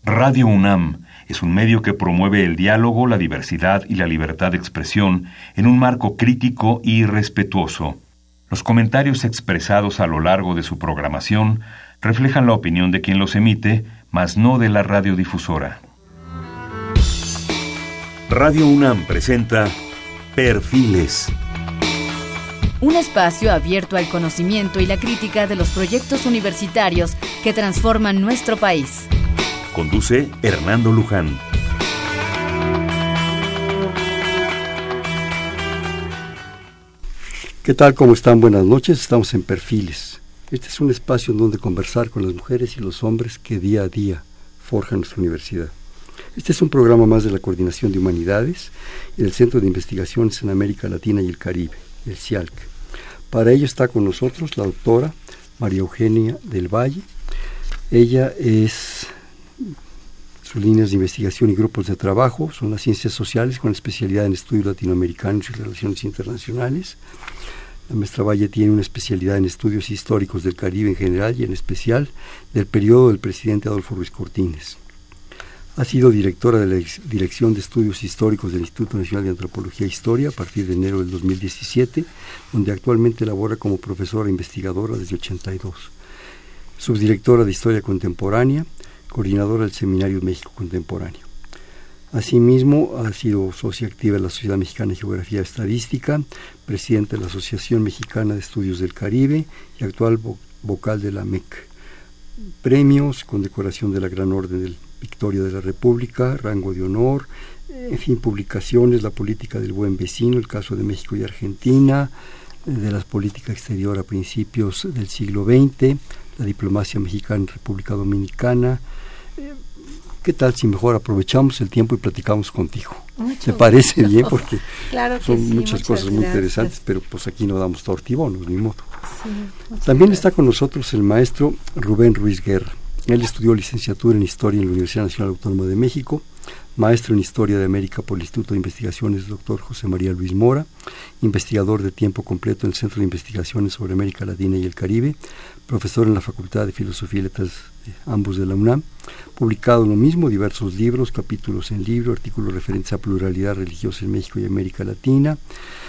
Radio UNAM es un medio que promueve el diálogo, la diversidad y la libertad de expresión en un marco crítico y respetuoso. Los comentarios expresados a lo largo de su programación reflejan la opinión de quien los emite, mas no de la radiodifusora. Radio UNAM presenta Perfiles. Un espacio abierto al conocimiento y la crítica de los proyectos universitarios que transforman nuestro país. Conduce Hernando Luján. ¿Qué tal? ¿Cómo están? Buenas noches. Estamos en Perfiles. Este es un espacio en donde conversar con las mujeres y los hombres que día a día forjan nuestra universidad. Este es un programa más de la Coordinación de Humanidades y del Centro de Investigaciones en América Latina y el Caribe, el CIALC. Para ello está con nosotros la doctora María Eugenia del Valle. Ella sus líneas de investigación y grupos de trabajo son las ciencias sociales con especialidad en estudios latinoamericanos y relaciones internacionales. La maestra Valle tiene una especialidad en estudios históricos del Caribe en general y en especial del periodo del presidente Adolfo Ruiz Cortines. Ha sido directora de la Dirección de Estudios Históricos del Instituto Nacional de Antropología e Historia a partir de enero del 2017, donde actualmente labora como profesora investigadora desde 82. Subdirectora de Historia Contemporánea, coordinadora del Seminario México Contemporáneo. Asimismo, ha sido socia activa de la Sociedad Mexicana de Geografía y Estadística, presidenta de la Asociación Mexicana de Estudios del Caribe y actual vocal de la MEC. Premios, condecoración de la Gran Orden del Victoria de la República, rango de honor, en fin, publicaciones, la política del buen vecino, el caso de México y Argentina, de la política exterior a principios del siglo XX, la diplomacia mexicana en República Dominicana. ¿Qué tal si mejor aprovechamos el tiempo y platicamos contigo? ¿Te parece bien? Porque claro que son sí, muchas cosas muy gracias. Interesantes, pero pues aquí no damos tortibonos, ni modo. Sí, También gracias. está con nosotros el maestro Rubén Ruiz Guerra. Él estudió licenciatura en Historia en la Universidad Nacional Autónoma de México, maestro en Historia de América por el Instituto de Investigaciones Dr. José María Luis Mora, investigador de tiempo completo en el Centro de Investigaciones sobre América Latina y el Caribe, profesor en la Facultad de Filosofía y Letras, ambos de la UNAM, publicado en lo mismo diversos libros, capítulos en libro, artículos referentes a pluralidad religiosa en México y América Latina,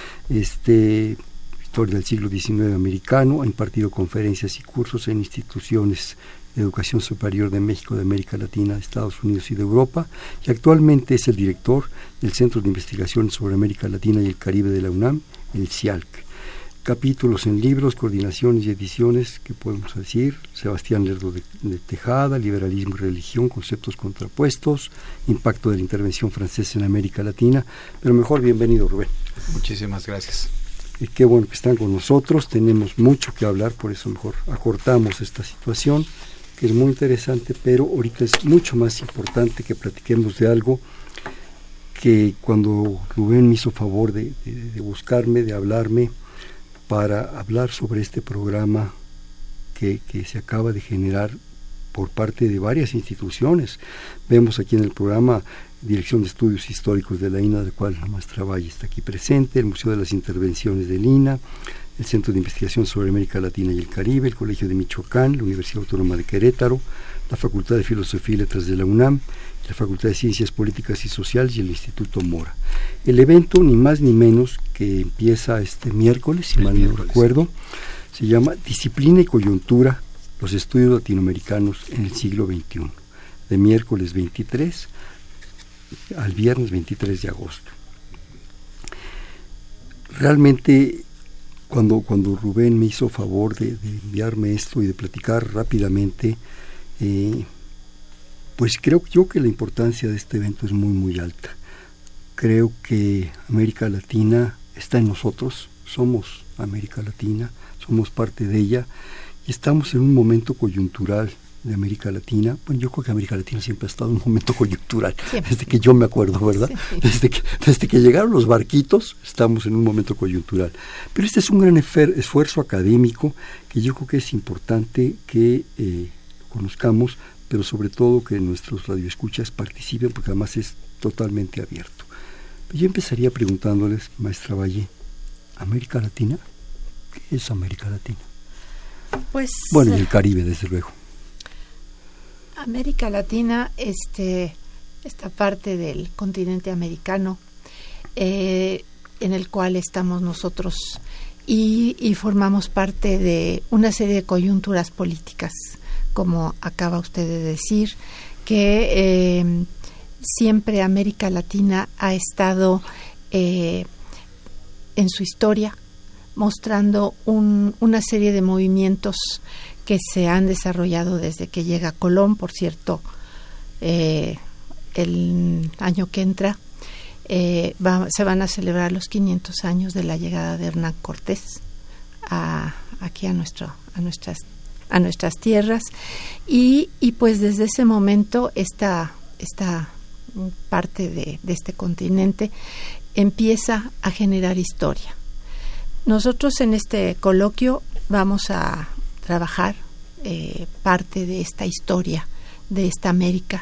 historia del siglo XIX americano, ha impartido conferencias y cursos en instituciones de educación superior de México, de América Latina, de Estados Unidos y de Europa, y actualmente es el director del Centro de Investigaciones sobre América Latina y el Caribe de la UNAM, el CIALC. Capítulos en libros, coordinaciones y ediciones, ¿qué podemos decir? Sebastián Lerdo de Tejada, Liberalismo y Religión, Conceptos Contrapuestos, Impacto de la Intervención Francesa en América Latina. Pero mejor, bienvenido, Rubén. Muchísimas gracias. Y qué bueno que están con nosotros, tenemos mucho que hablar, por eso mejor acortamos esta situación, que es muy interesante, pero ahorita es mucho más importante que platiquemos de algo que cuando Rubén me hizo favor de buscarme, de hablarme, para hablar sobre este programa que se acaba de generar por parte de varias instituciones. Vemos aquí en el programa Dirección de Estudios Históricos de la INA, de cual la maestra Valle está aquí presente, el Museo de las Intervenciones del INA, el Centro de Investigación sobre América Latina y el Caribe, el Colegio de Michoacán, la Universidad Autónoma de Querétaro, la Facultad de Filosofía y Letras de la UNAM, la Facultad de Ciencias Políticas y Sociales y el Instituto Mora. El evento, ni más ni menos, que empieza este miércoles, si mal no recuerdo, se llama Disciplina y Coyuntura, los estudios latinoamericanos en el siglo XXI, de miércoles 23 al viernes 23 de agosto. Realmente, cuando Rubén me hizo favor de enviarme esto y de platicar rápidamente, pues creo yo que la importancia de este evento es muy, muy alta. Creo que América Latina está en nosotros, somos América Latina, somos parte de ella y estamos en un momento coyuntural de América Latina. Bueno, yo creo que América Latina siempre ha estado en un momento coyuntural, siempre. Desde que yo me acuerdo, ¿verdad? Sí. Desde que llegaron los barquitos, estamos en un momento coyuntural. Pero este es un gran esfuerzo académico que yo creo que es importante que conozcamos, pero sobre todo que nuestros radioescuchas participen, porque además es totalmente abierto. Yo empezaría preguntándoles, maestra Valle, ¿América Latina? ¿Qué es América Latina? Pues, bueno, y el Caribe, desde luego. América Latina, esta parte del continente americano, en el cual estamos nosotros y formamos parte de una serie de coyunturas políticas, como acaba usted de decir, que siempre América Latina ha estado en su historia mostrando una serie de movimientos que se han desarrollado desde que llega Colón. Por cierto, el año que entra se van a celebrar los 500 años de la llegada de Hernán Cortés aquí a nuestras tierras, y pues desde ese momento esta parte de este continente empieza a generar historia. Nosotros en este coloquio vamos a trabajar parte de esta historia de esta América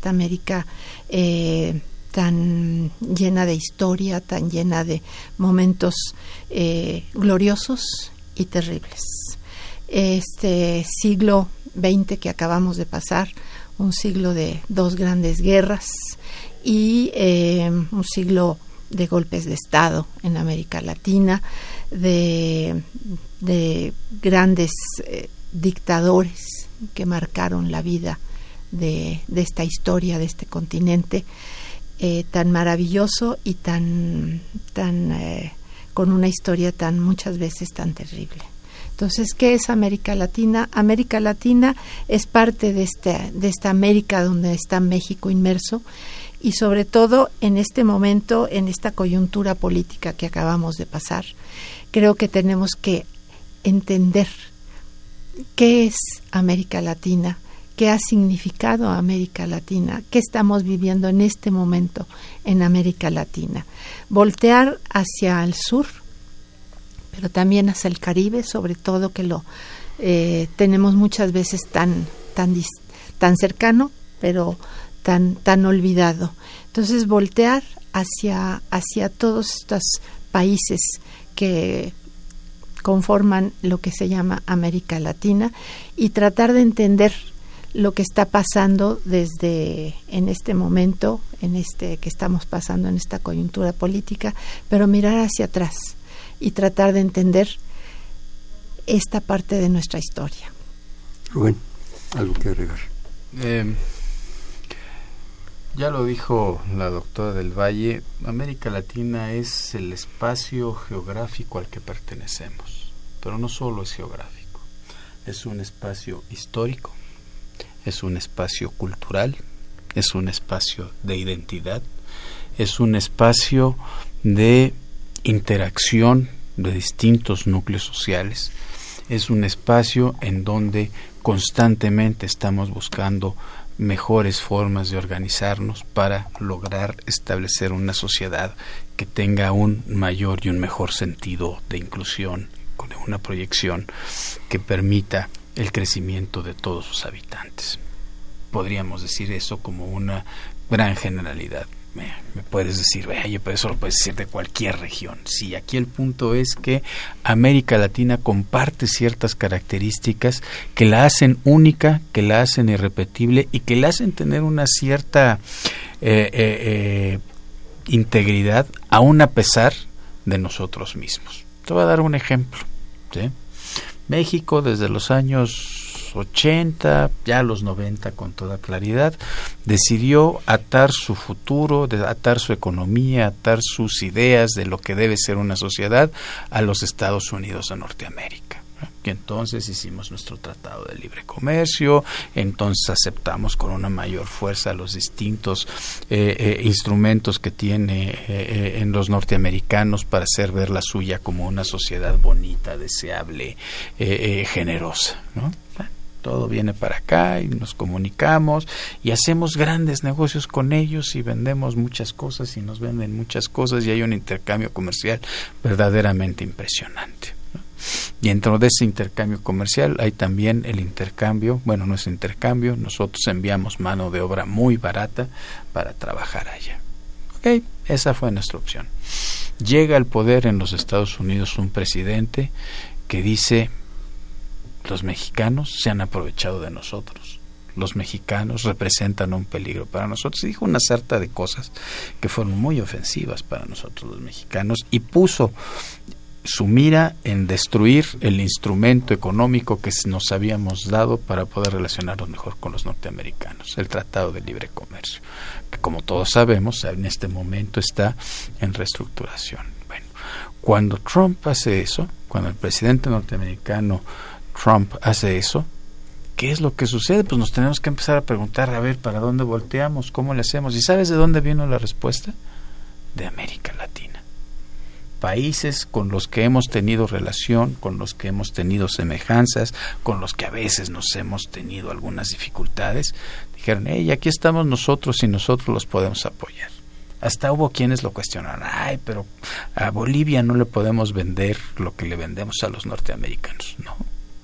tan llena de historia, tan llena de momentos gloriosos y terribles. Este siglo XX que acabamos de pasar, un siglo de 2 grandes guerras y un siglo de golpes de Estado en América Latina, de grandes dictadores que marcaron la vida de esta historia, de este continente tan maravilloso y tan con una historia tan muchas veces tan terrible. Entonces, ¿qué es América Latina? América Latina es parte de esta América donde está México inmerso, y sobre todo en este momento, en esta coyuntura política que acabamos de pasar, creo que tenemos que entender qué es América Latina, qué ha significado América Latina, qué estamos viviendo en este momento en América Latina. Voltear hacia el sur, pero también hacia el Caribe, sobre todo, que lo tenemos muchas veces tan cercano, pero tan olvidado. Entonces, voltear hacia todos estos países que conforman lo que se llama América Latina y tratar de entender lo que está pasando desde en este momento, que estamos pasando en esta coyuntura política, pero mirar hacia atrás y tratar de entender esta parte de nuestra historia. Rubén, ¿algo que agregar? Ya lo dijo la doctora del Valle, América Latina es el espacio geográfico al que pertenecemos, pero no solo es geográfico, es un espacio histórico, es un espacio cultural, es un espacio de identidad, es un espacio de interacción de distintos núcleos sociales, es un espacio en donde constantemente estamos buscando mejores formas de organizarnos para lograr establecer una sociedad que tenga un mayor y un mejor sentido de inclusión, con una proyección que permita el crecimiento de todos sus habitantes. Podríamos decir eso como una gran generalidad. Me puedes decir, pero eso lo puedes decir de cualquier región. Sí, aquí el punto es que América Latina comparte ciertas características que la hacen única, que la hacen irrepetible y que la hacen tener una cierta integridad, aún a pesar de nosotros mismos. Te voy a dar un ejemplo, ¿sí? México desde los años 80, ya los 90 con toda claridad, decidió atar su futuro, atar su economía, atar sus ideas de lo que debe ser una sociedad a los Estados Unidos de Norteamérica. Y entonces hicimos nuestro tratado de libre comercio, entonces aceptamos con una mayor fuerza los distintos instrumentos que tiene en los norteamericanos para hacer ver la suya como una sociedad bonita, deseable, generosa, ¿no? Todo viene para acá y nos comunicamos y hacemos grandes negocios con ellos y vendemos muchas cosas y nos venden muchas cosas y hay un intercambio comercial verdaderamente impresionante, ¿no? Y dentro de ese intercambio comercial hay también el intercambio, bueno, no es intercambio, nosotros enviamos mano de obra muy barata para trabajar allá. Ok, esa fue nuestra opción. Llega al poder en los Estados Unidos un presidente que dice: los mexicanos se han aprovechado de nosotros, los mexicanos representan un peligro para nosotros. Y dijo una sarta de cosas que fueron muy ofensivas para nosotros los mexicanos y puso su mira en destruir el instrumento económico que nos habíamos dado para poder relacionarnos mejor con los norteamericanos, el Tratado de Libre Comercio, que como todos sabemos en este momento está en reestructuración. Bueno, cuando Trump hace eso, cuando el presidente norteamericano Trump hace eso, ¿qué es lo que sucede? Pues nos tenemos que empezar a preguntar, a ver, ¿para dónde volteamos? ¿Cómo le hacemos? ¿Y sabes de dónde vino la respuesta? De América Latina. Países con los que hemos tenido relación, con los que hemos tenido semejanzas, con los que a veces nos hemos tenido algunas dificultades, dijeron, aquí estamos nosotros y nosotros los podemos apoyar. Hasta hubo quienes lo cuestionaron, pero a Bolivia no le podemos vender lo que le vendemos a los norteamericanos, ¿no?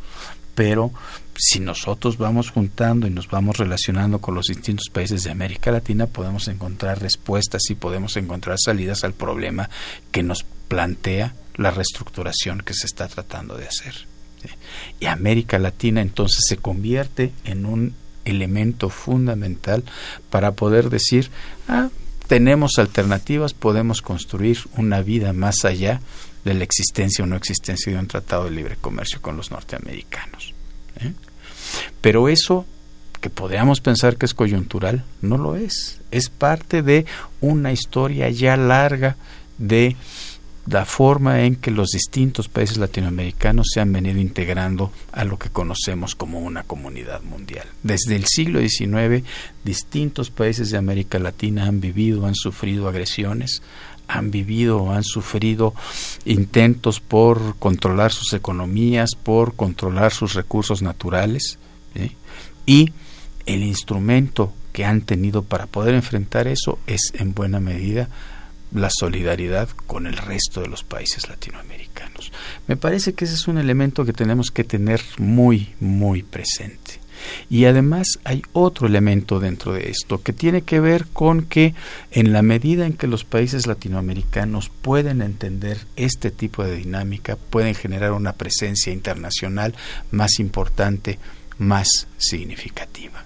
Pero si nosotros vamos juntando y nos vamos relacionando con los distintos países de América Latina, podemos encontrar respuestas y podemos encontrar salidas al problema que nos plantea la reestructuración que se está tratando de hacer, ¿sí? Y América Latina entonces se convierte en un elemento fundamental para poder decir, tenemos alternativas, podemos construir una vida más allá de la existencia o no existencia de un tratado de libre comercio con los norteamericanos, ¿eh? Pero eso que podríamos pensar que es coyuntural, no lo es. Es parte de una historia ya larga de la forma en que los distintos países latinoamericanos se han venido integrando a lo que conocemos como una comunidad mundial. Desde el siglo XIX, distintos países de América Latina han vivido, han sufrido agresiones, han sufrido intentos por controlar sus economías, por controlar sus recursos naturales, ¿sí? Y el instrumento que han tenido para poder enfrentar eso es en buena medida la solidaridad con el resto de los países latinoamericanos. Me parece que ese es un elemento que tenemos que tener muy, muy presente. Y además hay otro elemento dentro de esto que tiene que ver con que en la medida en que los países latinoamericanos pueden entender este tipo de dinámica, pueden generar una presencia internacional más importante, más significativa.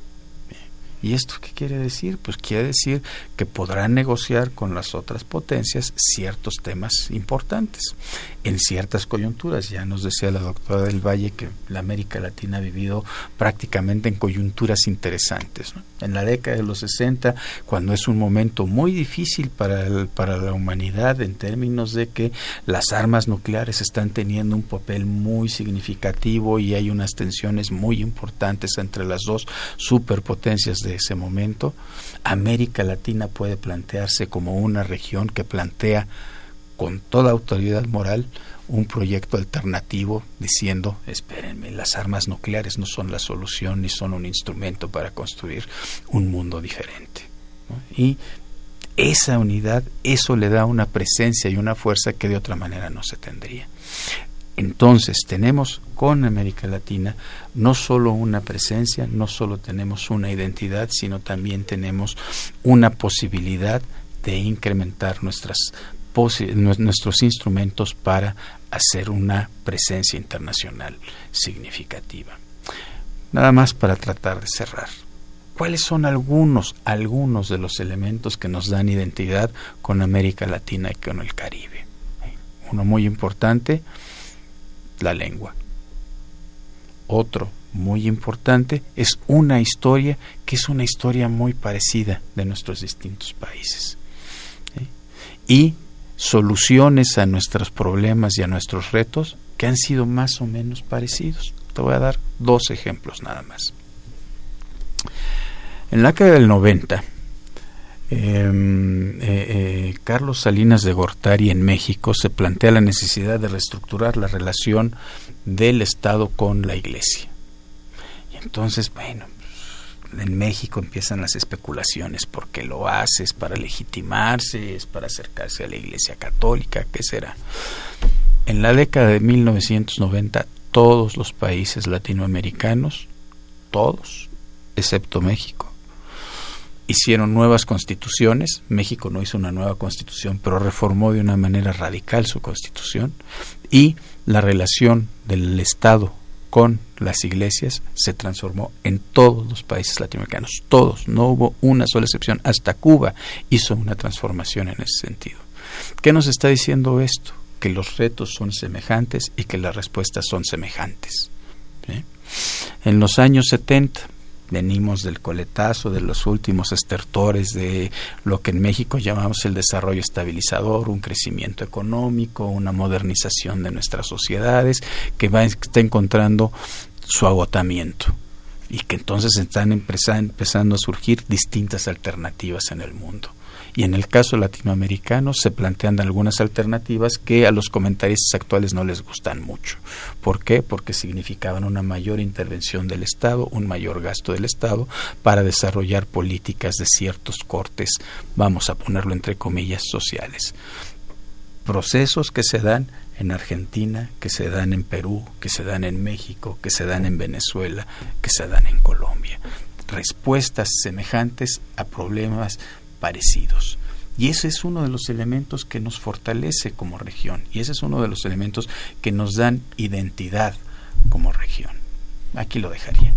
¿Y esto qué quiere decir? Pues quiere decir que podrán negociar con las otras potencias ciertos temas importantes en ciertas coyunturas. Ya nos decía la doctora del Valle que la América Latina ha vivido prácticamente en coyunturas interesantes, ¿no? En la década de los 60, cuando es un momento muy difícil para la humanidad en términos de que las armas nucleares están teniendo un papel muy significativo y hay unas tensiones muy importantes entre las dos superpotencias de ese momento, América Latina puede plantearse como una región que plantea con toda autoridad moral un proyecto alternativo diciendo, espérenme, las armas nucleares no son la solución ni son un instrumento para construir un mundo diferente, ¿no? Y esa unidad, eso le da una presencia y una fuerza que de otra manera no se tendría. Entonces tenemos con América Latina no solo una presencia, no solo tenemos una identidad, sino también tenemos una posibilidad de incrementar nuestros instrumentos para hacer una presencia internacional significativa. Nada más para tratar de cerrar. ¿Cuáles son algunos de los elementos que nos dan identidad con América Latina y con el Caribe? Uno muy importante, la lengua. Otro muy importante es una historia que es una historia muy parecida de nuestros distintos países, ¿sí? Y soluciones a nuestros problemas y a nuestros retos que han sido más o menos parecidos. Te voy a dar 2 ejemplos nada más. En la década del 90, Carlos Salinas de Gortari en México se plantea la necesidad de reestructurar la relación del Estado con la Iglesia. Y entonces, bueno, en México empiezan las especulaciones: ¿por qué lo hace? ¿Es para legitimarse? ¿Es para acercarse a la Iglesia Católica? ¿Qué será? En la década de 1990, todos los países latinoamericanos, todos, excepto México, hicieron nuevas constituciones. México no hizo una nueva constitución, pero reformó de una manera radical su constitución, y la relación del Estado con las iglesias se transformó en todos los países latinoamericanos, todos, no hubo una sola excepción, hasta Cuba hizo una transformación en ese sentido. ¿Qué nos está diciendo esto? Que los retos son semejantes y que las respuestas son semejantes, ¿sí? En los años 70 venimos del coletazo, de los últimos estertores de lo que en México llamamos el desarrollo estabilizador, un crecimiento económico, una modernización de nuestras sociedades que está encontrando su agotamiento y que entonces están empezando a surgir distintas alternativas en el mundo. Y en el caso latinoamericano se plantean algunas alternativas que a los comentaristas actuales no les gustan mucho. ¿Por qué? Porque significaban una mayor intervención del Estado, un mayor gasto del Estado para desarrollar políticas de ciertos cortes, vamos a ponerlo entre comillas, sociales. Procesos que se dan en Argentina, que se dan en Perú, que se dan en México, que se dan en Venezuela, que se dan en Colombia. Respuestas semejantes a problemas parecidos. Y ese es uno de los elementos que nos fortalece como región, y ese es uno de los elementos que nos dan identidad como región. Aquí lo dejaría.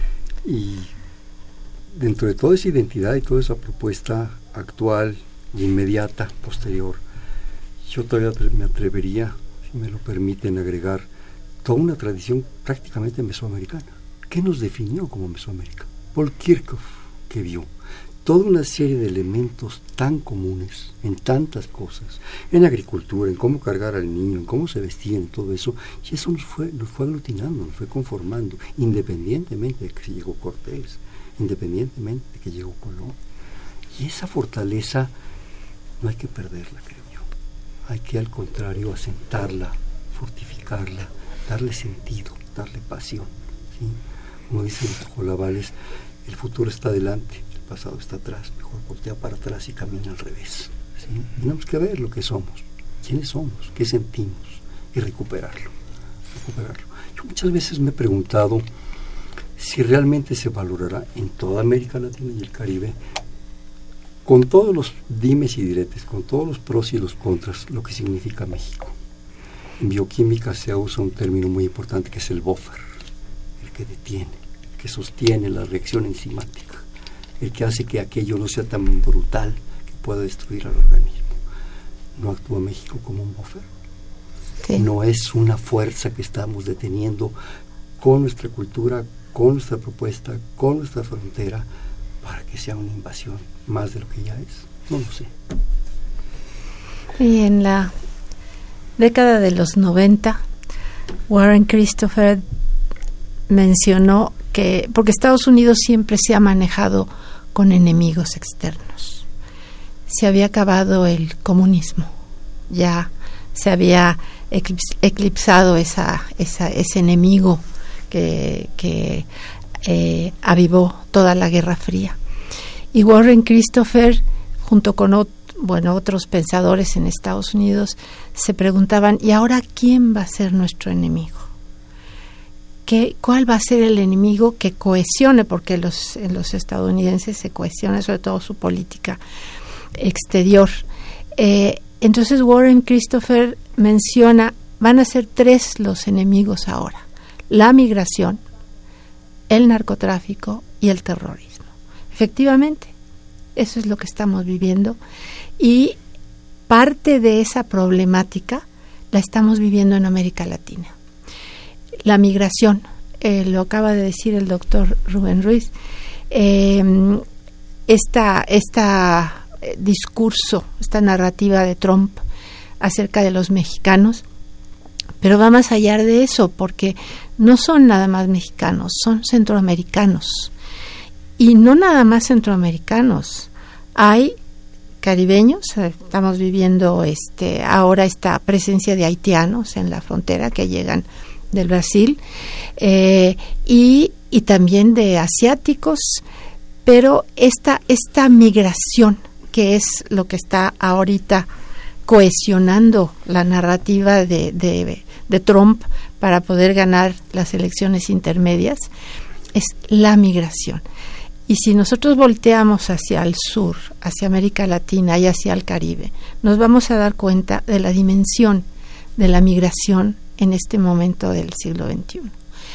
Y dentro de toda esa identidad y toda esa propuesta actual y inmediata, posterior, yo todavía me atrevería, si me lo permiten, agregar toda una tradición prácticamente mesoamericana. ¿Qué nos definió como Mesoamérica? Paul Kirchhoff, que vio toda una serie de elementos tan comunes en tantas cosas, en agricultura, en cómo cargar al niño, en cómo se vestían, en todo eso, y eso nos fue aglutinando, nos fue conformando, independientemente de que llegó Cortés, independientemente de que llegó Colón. Y esa fortaleza no hay que perderla, creo yo. Hay que, al contrario, asentarla, fortificarla, darle sentido, darle pasión, ¿sí? Como dicen los Jolabales, el futuro está adelante, el pasado está atrás, mejor voltea para atrás y camina al revés, ¿sí? Tenemos que ver lo que somos, quiénes somos, qué sentimos y recuperarlo. Yo muchas veces me he preguntado si realmente se valorará en toda América Latina y el Caribe, con todos los dimes y diretes, con todos los pros y los contras, lo que significa México. En bioquímica se usa un término muy importante que es el buffer, el que detiene, el que sostiene la reacción enzimática, el que hace que aquello no sea tan brutal que pueda destruir al organismo. ¿No actúa México como un buffer? Sí. No es una fuerza que estamos deteniendo con nuestra cultura, con nuestra propuesta, con nuestra frontera, para que sea una invasión más de lo que ya es. No lo sé. Y en la década de los 90, Warren Christopher mencionó que, porque Estados Unidos siempre se ha manejado con enemigos externos, se había acabado el comunismo, ya se había eclipsado ese enemigo que avivó toda la Guerra Fría. Y Warren Christopher, junto con otros pensadores en Estados Unidos, se preguntaban, ¿y ahora quién va a ser nuestro enemigo? ¿Cuál va a ser el enemigo que cohesione? Porque en los estadounidenses se cohesiona sobre todo su política exterior. Entonces Warren Christopher menciona, van a ser 3 los enemigos ahora: la migración, el narcotráfico y el terrorismo. Efectivamente, eso es lo que estamos viviendo, y parte de esa problemática la estamos viviendo en América Latina. La migración, lo acaba de decir el doctor Rubén Ruiz, esta discurso, esta narrativa de Trump acerca de los mexicanos, pero va más allá de eso, porque no son nada más mexicanos, son centroamericanos. Y no nada más centroamericanos, hay caribeños, estamos viviendo ahora esta presencia de haitianos en la frontera que llegan del Brasil, y también de asiáticos, pero esta migración, que es lo que está ahorita cohesionando la narrativa de Trump para poder ganar las elecciones intermedias, es la migración. Y si nosotros volteamos hacia el sur, hacia América Latina y hacia el Caribe, nos vamos a dar cuenta de la dimensión de la migración en este momento del siglo XXI.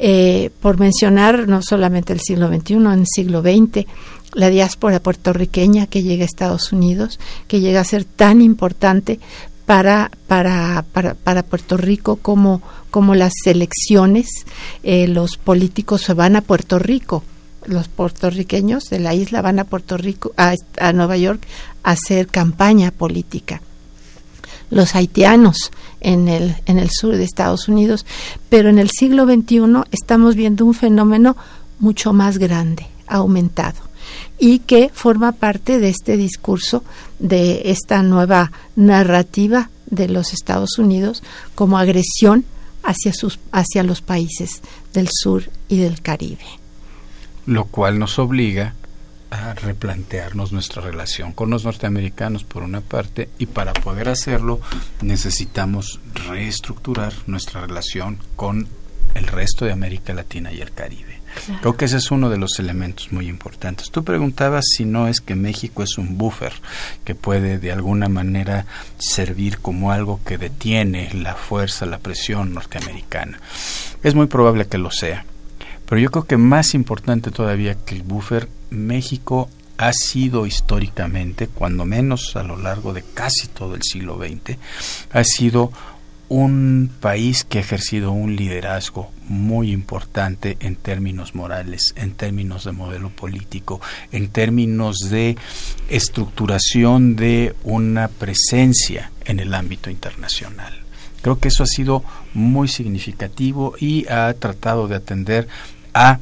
Por mencionar no solamente el siglo XXI, en el siglo XX, la diáspora puertorriqueña que llega a Estados Unidos, que llega a ser tan importante para Puerto Rico como las elecciones. Los políticos se van a Puerto Rico, los puertorriqueños de la isla van a Puerto Rico, a Nueva York, a hacer campaña política. Los haitianos en el sur de Estados Unidos, pero en el siglo XXI estamos viendo un fenómeno mucho más grande, aumentado, y que forma parte de este discurso, de esta nueva narrativa de los Estados Unidos como agresión hacia los países del sur y del Caribe. Lo cual nos obliga a replantearnos nuestra relación con los norteamericanos por una parte, y para poder hacerlo necesitamos reestructurar nuestra relación con el resto de América Latina y el Caribe. Claro. Creo que ese es uno de los elementos muy importantes. Tú preguntabas si no es que México es un buffer que puede de alguna manera servir como algo que detiene la fuerza, la presión norteamericana. Es muy probable que lo sea. Pero yo creo que más importante todavía que el buffer, México ha sido históricamente, cuando menos a lo largo de casi todo el siglo XX, ha sido un país que ha ejercido un liderazgo muy importante en términos morales, en términos de modelo político, en términos de estructuración de una presencia en el ámbito internacional. Creo que eso ha sido muy significativo y ha tratado de atender a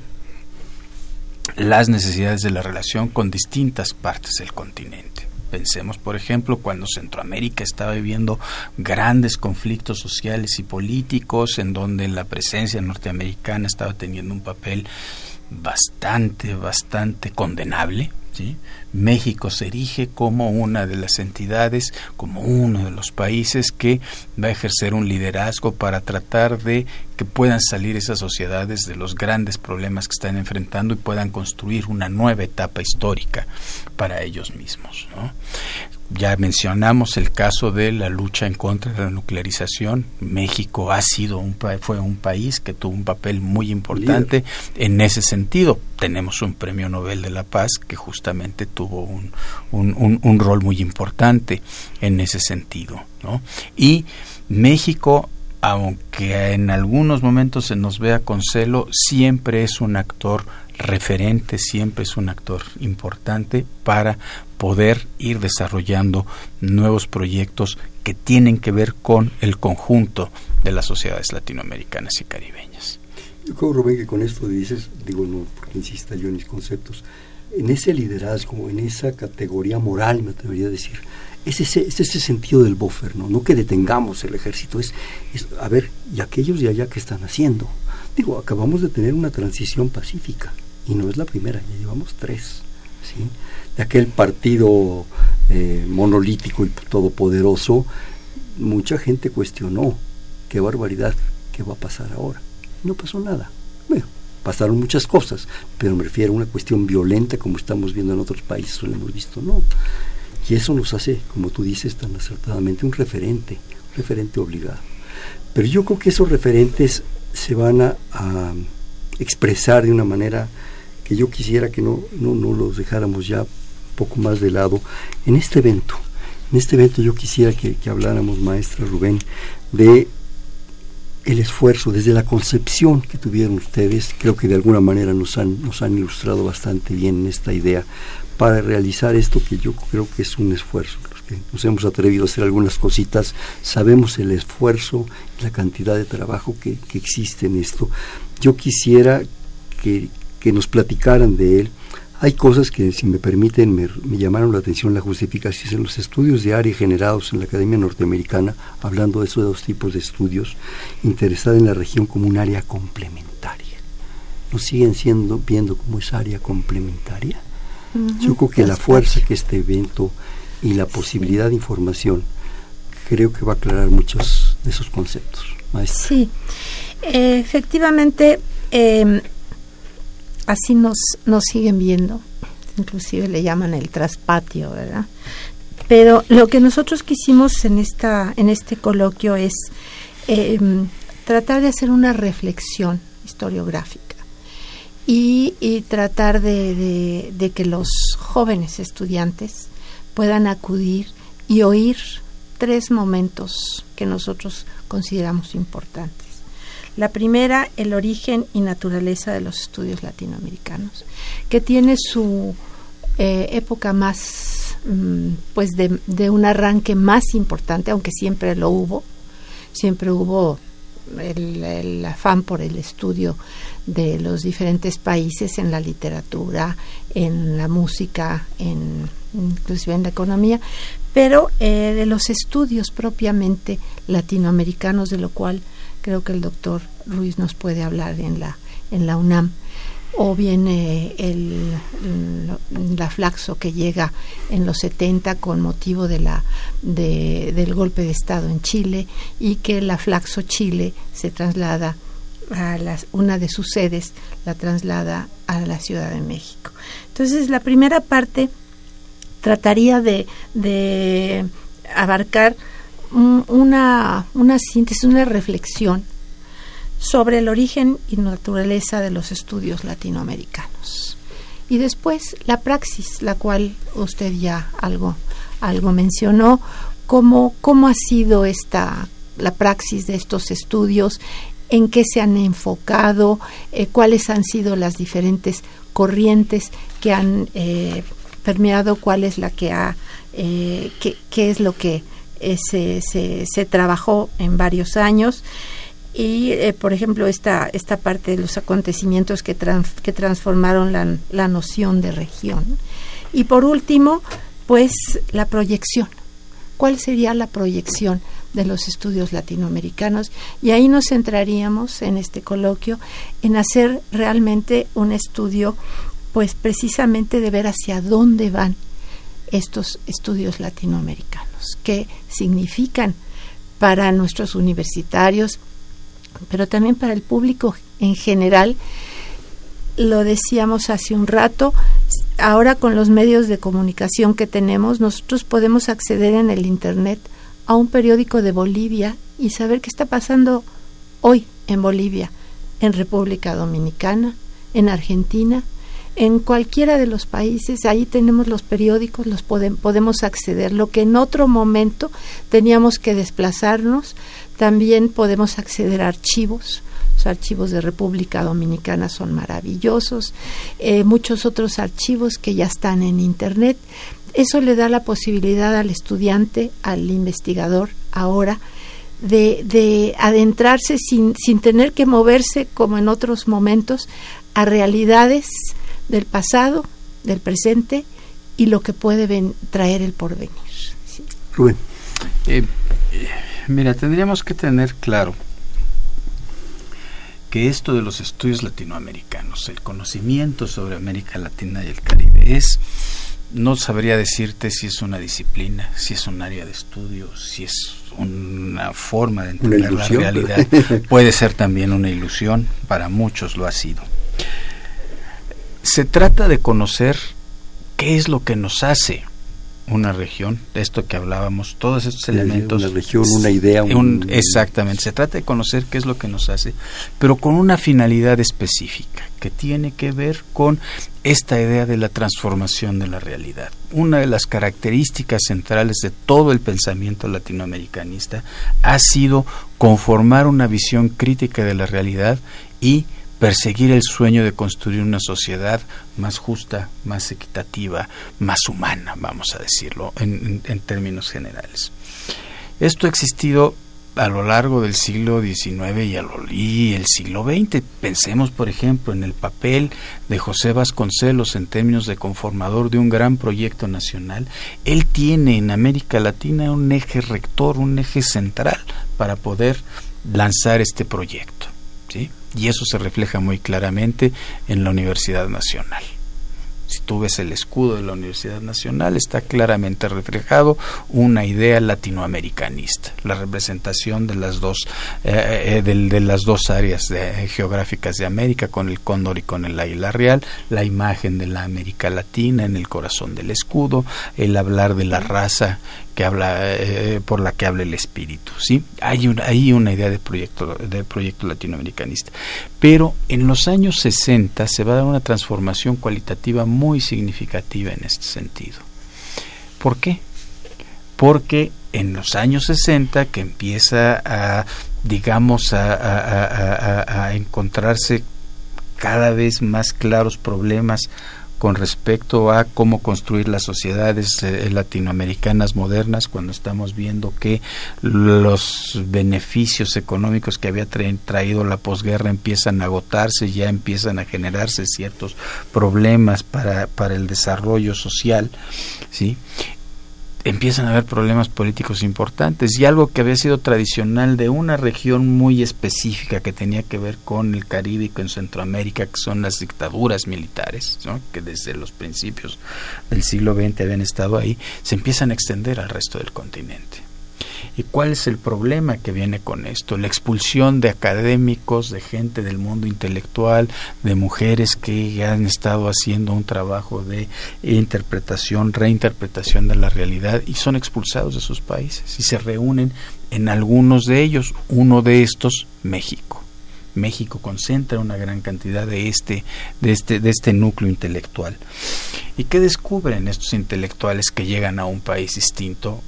las necesidades de la relación con distintas partes del continente. Pensemos, por ejemplo, cuando Centroamérica estaba viviendo grandes conflictos sociales y políticos, en donde la presencia norteamericana estaba teniendo un papel bastante condenable, ¿sí? México se erige como una de las entidades, como uno de los países que va a ejercer un liderazgo para tratar de que puedan salir esas sociedades de los grandes problemas que están enfrentando y puedan construir una nueva etapa histórica para ellos mismos, ¿no? Ya mencionamos el caso de la lucha en contra de la nuclearización. México fue un país que tuvo un papel muy importante en ese sentido. Tenemos un premio Nobel de la Paz que justamente tuvo un rol muy importante en ese sentido, ¿no? Y México, aunque en algunos momentos se nos vea con celo, siempre es un actor referente, siempre es un actor importante para poder ir desarrollando nuevos proyectos que tienen que ver con el conjunto de las sociedades latinoamericanas y caribeñas. Yo creo, Rubén, que con esto dices, digo no porque insista yo en mis conceptos, en ese liderazgo, en esa categoría moral, me atrevería a decir, es ese sentido del buffer, no que detengamos el ejército, es a ver, y aquellos de allá que están haciendo. Digo, acabamos de tener una transición pacífica, y no es la primera, ya llevamos 3, ¿sí? De aquel partido monolítico y todopoderoso, mucha gente cuestionó, qué barbaridad, qué va a pasar ahora. No pasó nada. Bueno, pasaron muchas cosas, pero me refiero a una cuestión violenta como estamos viendo en otros países, lo hemos visto, no. Y eso nos hace, como tú dices tan acertadamente, un referente obligado. Pero yo creo que esos referentes se van a expresar de una manera que yo quisiera que no los dejáramos ya un poco más de lado. En este evento yo quisiera que habláramos, maestra Rubén, de el esfuerzo, desde la concepción que tuvieron ustedes, creo que de alguna manera nos han ilustrado bastante bien en esta idea, para realizar esto que yo creo que es un esfuerzo. Los que nos hemos atrevido a hacer algunas cositas, sabemos el esfuerzo y la cantidad de trabajo que existe en esto. Yo quisiera que nos platicaran de él. Hay cosas que, si me permiten, me llamaron la atención. La justificación en los estudios de área generados en la Academia Norteamericana, hablando de esos 2 tipos de estudios, interesada en la región como un área complementaria. ¿Nos siguen viendo como esa área complementaria? Yo creo que la fuerza que este evento y la posibilidad de información, creo que va a aclarar muchos de esos conceptos, maestra. Sí, efectivamente, así nos siguen viendo, inclusive le llaman el traspatio, ¿verdad? Pero lo que nosotros quisimos en este coloquio es tratar de hacer una reflexión historiográfica, y tratar de que los jóvenes estudiantes puedan acudir y oír 3 momentos que nosotros consideramos importantes. La primera, el origen y naturaleza de los estudios latinoamericanos, que tiene su época más, pues de un arranque más importante, aunque siempre hubo el afán por el estudio de los diferentes países en la literatura, en la música, inclusive en la economía, pero de los estudios propiamente latinoamericanos, de lo cual creo que el doctor Ruiz nos puede hablar en la UNAM, o bien la Flaxo, que llega en los 70 con motivo del golpe de Estado en Chile, y que la Flaxo Chile se traslada a una de sus sedes, la traslada a la Ciudad de México. Entonces, la primera parte trataría de abarcar una síntesis, una reflexión sobre el origen y naturaleza de los estudios latinoamericanos. Y después la praxis, la cual usted ya algo mencionó, cómo ha sido la praxis de estos estudios, en qué se han enfocado, cuáles han sido las diferentes corrientes que han permeado, cuál es la que qué es lo que se trabajó en varios años. Y por ejemplo esta parte de los acontecimientos que transformaron la noción de región. Y por último, pues la proyección. ¿Cuál sería la proyección de los estudios latinoamericanos? Y ahí nos centraríamos en este coloquio en hacer realmente un estudio, pues precisamente de ver hacia dónde van estos estudios latinoamericanos, qué significan para nuestros universitarios, pero también para el público en general. Lo decíamos hace un rato, ahora con los medios de comunicación que tenemos, nosotros podemos acceder en el Internet a un periódico de Bolivia y saber qué está pasando hoy en Bolivia, en República Dominicana, en Argentina, en cualquiera de los países. Ahí tenemos los periódicos, podemos acceder. Lo que en otro momento teníamos que desplazarnos, también podemos acceder a archivos. Los archivos de República Dominicana son maravillosos, muchos otros archivos que ya están en Internet. Eso le da la posibilidad al estudiante, al investigador ahora, de adentrarse sin tener que moverse como en otros momentos a realidades del pasado, del presente y lo que puede traer el porvenir. ¿Sí? Rubén. Mira, tendríamos que tener claro que esto de los estudios latinoamericanos, el conocimiento sobre América Latina y el Caribe, no sabría decirte si es una disciplina, si es un área de estudio, si es una forma de entender la realidad. Puede ser también una ilusión, para muchos lo ha sido. Se trata de conocer qué es lo que nos hace una región, de esto que hablábamos, todos estos elementos. Una región, una idea. Exactamente, se trata de conocer qué es lo que nos hace, pero con una finalidad específica, que tiene que ver con esta idea de la transformación de la realidad. Una de las características centrales de todo el pensamiento latinoamericanista ha sido conformar una visión crítica de la realidad y perseguir el sueño de construir una sociedad más justa, más equitativa, más humana, vamos a decirlo en términos generales. Esto ha existido a lo largo del siglo XIX y el siglo XX. Pensemos, por ejemplo, en el papel de José Vasconcelos en términos de conformador de un gran proyecto nacional. Él tiene en América Latina un eje rector, un eje central para poder lanzar este proyecto, ¿sí? Y eso se refleja muy claramente en la Universidad Nacional. Si tú ves el escudo de la Universidad Nacional, está claramente reflejado una idea latinoamericanista, la representación de las dos áreas geográficas de América, con el cóndor y con el águila real, la imagen de la América Latina en el corazón del escudo, el hablar de la raza que habla por la que habla el espíritu, ¿sí? Hay una idea de proyecto latinoamericanista, pero en los años 60 se va a dar una transformación cualitativa muy significativa en este sentido. ¿Por qué? Porque en los años 60 que empieza a encontrarse cada vez más claros problemas con respecto a cómo construir las sociedades latinoamericanas modernas, cuando estamos viendo que los beneficios económicos que había traído la posguerra empiezan a agotarse, ya empiezan a generarse ciertos problemas para el desarrollo social, ¿sí? Empiezan a haber problemas políticos importantes, y algo que había sido tradicional de una región muy específica que tenía que ver con el Caribe y con Centroamérica, que son las dictaduras militares, ¿no? Que desde los principios del siglo XX habían estado ahí, se empiezan a extender al resto del continente. ¿Y cuál es el problema que viene con esto? La expulsión de académicos, de gente del mundo intelectual, de mujeres que han estado haciendo un trabajo de interpretación, reinterpretación de la realidad, y son expulsados de sus países y se reúnen en algunos de ellos. Uno de estos, México. México concentra una gran cantidad de este núcleo intelectual. ¿Y qué descubren estos intelectuales que llegan a un país distinto,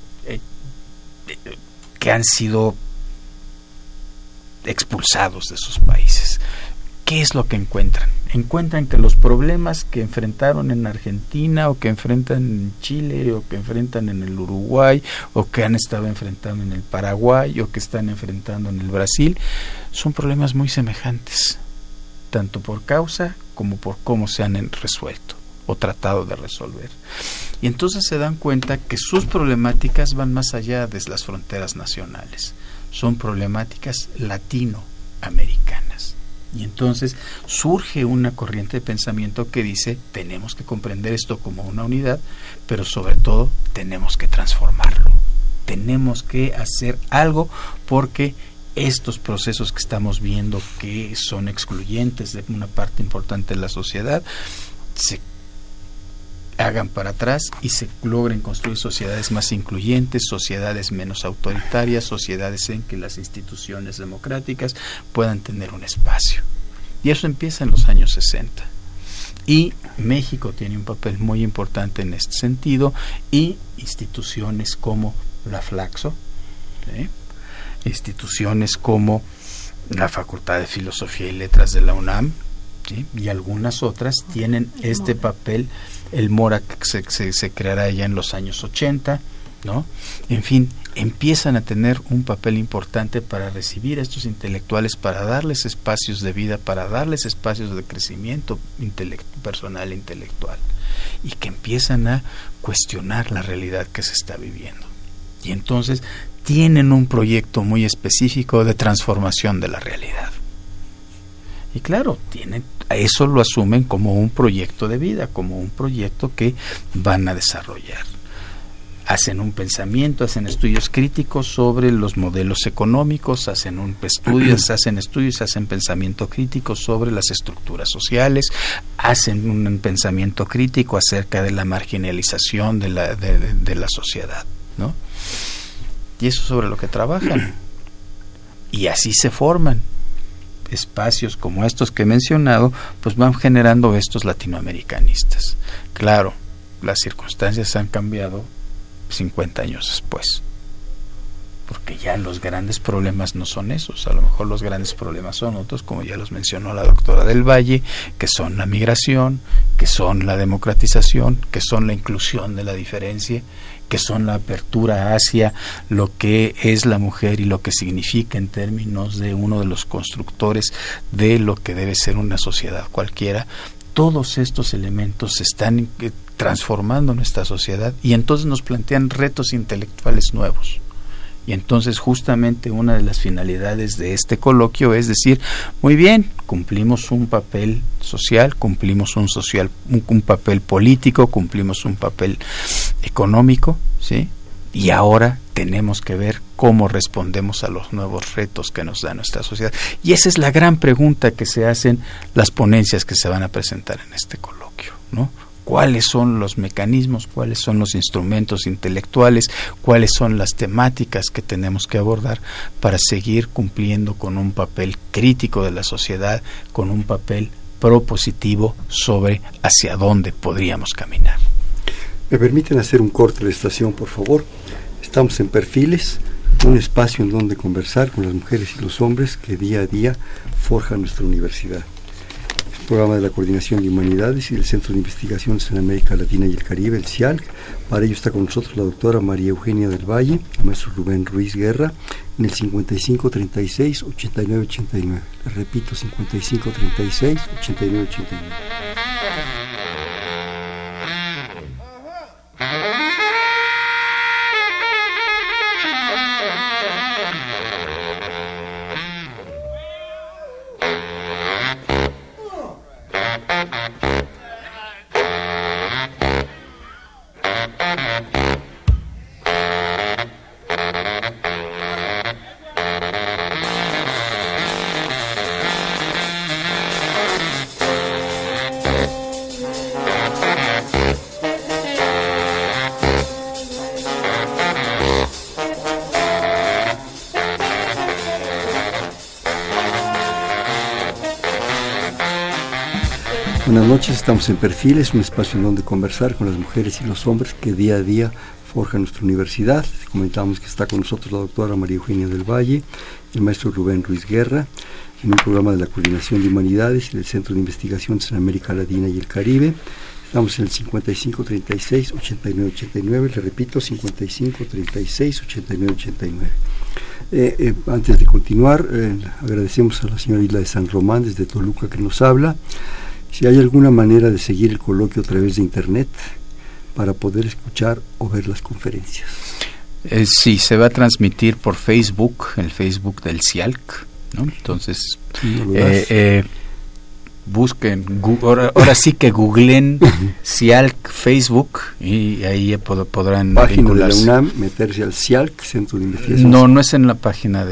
que han sido expulsados de sus países? ¿Qué es lo que encuentran? Encuentran que los problemas que enfrentaron en Argentina, o que enfrentan en Chile, o que enfrentan en el Uruguay, o que han estado enfrentando en el Paraguay, o que están enfrentando en el Brasil, son problemas muy semejantes, tanto por causa como por cómo se han resuelto o tratado de resolver. Y entonces se dan cuenta que sus problemáticas van más allá de las fronteras nacionales, son problemáticas latinoamericanas. Y entonces surge una corriente de pensamiento que dice: tenemos que comprender esto como una unidad, pero sobre todo tenemos que transformarlo, tenemos que hacer algo, porque estos procesos que estamos viendo, que son excluyentes de una parte importante de la sociedad, se hagan para atrás y se logren construir sociedades más incluyentes, sociedades menos autoritarias, sociedades en que las instituciones democráticas puedan tener un espacio. Y eso empieza en los años 60. Y México tiene un papel muy importante en este sentido, y instituciones como la Flaxo, ¿sí? Instituciones como la Facultad de Filosofía y Letras de la UNAM, ¿sí? Y algunas otras tienen este papel. El MORA, que se creará ya en los años 80, ¿no? En fin, empiezan a tener un papel importante para recibir a estos intelectuales, para darles espacios de vida, para darles espacios de crecimiento personal e intelectual, y que empiezan a cuestionar la realidad que se está viviendo. Y entonces tienen un proyecto muy específico de transformación de la realidad. Y claro, eso lo asumen como un proyecto de vida, como un proyecto que van a desarrollar. Hacen un pensamiento, hacen estudios críticos sobre los modelos económicos, hacen estudios, hacen pensamiento crítico sobre las estructuras sociales, hacen un pensamiento crítico acerca de la marginalización de la sociedad, ¿no? Y eso es sobre lo que trabajan. Y así se forman espacios como estos que he mencionado, pues van generando estos latinoamericanistas. Claro, las circunstancias han cambiado 50 años después, porque ya los grandes problemas no son esos. A lo mejor los grandes problemas son otros, como ya los mencionó la doctora del Valle, que son la migración, que son la democratización, que son la inclusión de la diferencia, que son la apertura hacia lo que es la mujer y lo que significa en términos de uno de los constructores de lo que debe ser una sociedad cualquiera. Todos estos elementos se están transformando nuestra sociedad, y entonces nos plantean retos intelectuales nuevos. Y entonces justamente una de las finalidades de este coloquio es decir: muy bien, cumplimos un papel social, cumplimos un papel político, cumplimos un papel económico, ¿sí? Y ahora tenemos que ver cómo respondemos a los nuevos retos que nos da nuestra sociedad. Y esa es la gran pregunta que se hacen las ponencias que se van a presentar en este coloquio, ¿no? cuáles son los mecanismos, cuáles son los instrumentos intelectuales, cuáles son las temáticas que tenemos que abordar para seguir cumpliendo con un papel crítico de la sociedad, con un papel propositivo sobre hacia dónde podríamos caminar. ¿Me permiten hacer un corte de la estación, por favor? Estamos en Perfiles, un espacio en donde conversar con las mujeres y los hombres que día a día forjan nuestra universidad. Es un programa de la Coordinación de Humanidades y del Centro de Investigaciones en América Latina y el Caribe, el CIALC. Para ello está con nosotros la doctora María Eugenia del Valle, el maestro Rubén Ruiz Guerra, en el 5536-8989. Les repito, 5536-8989. Buenas noches, estamos en Perfiles, un espacio en donde conversar con las mujeres y los hombres que día a día forjan nuestra universidad. Comentamos que está con nosotros la doctora María Eugenia del Valle, el maestro Rubén Ruiz Guerra, en un programa de la Coordinación de Humanidades y del Centro de Investigaciones en América Latina y el Caribe. Estamos en el 5536-8989, le repito, 5536-8989. Antes de continuar, agradecemos a la señora Isla de San Román desde Toluca que nos habla. Si hay alguna manera de seguir el coloquio a través de internet para poder escuchar o ver las conferencias. Sí, se va a transmitir por Facebook, el Facebook del CIALC, ¿no? Entonces, busquen, ahora sí que googlen CIALC Facebook y ahí podrán página vincularse. De la UNAM, meterse al CIALC, Centro de Investigación. No es en la página,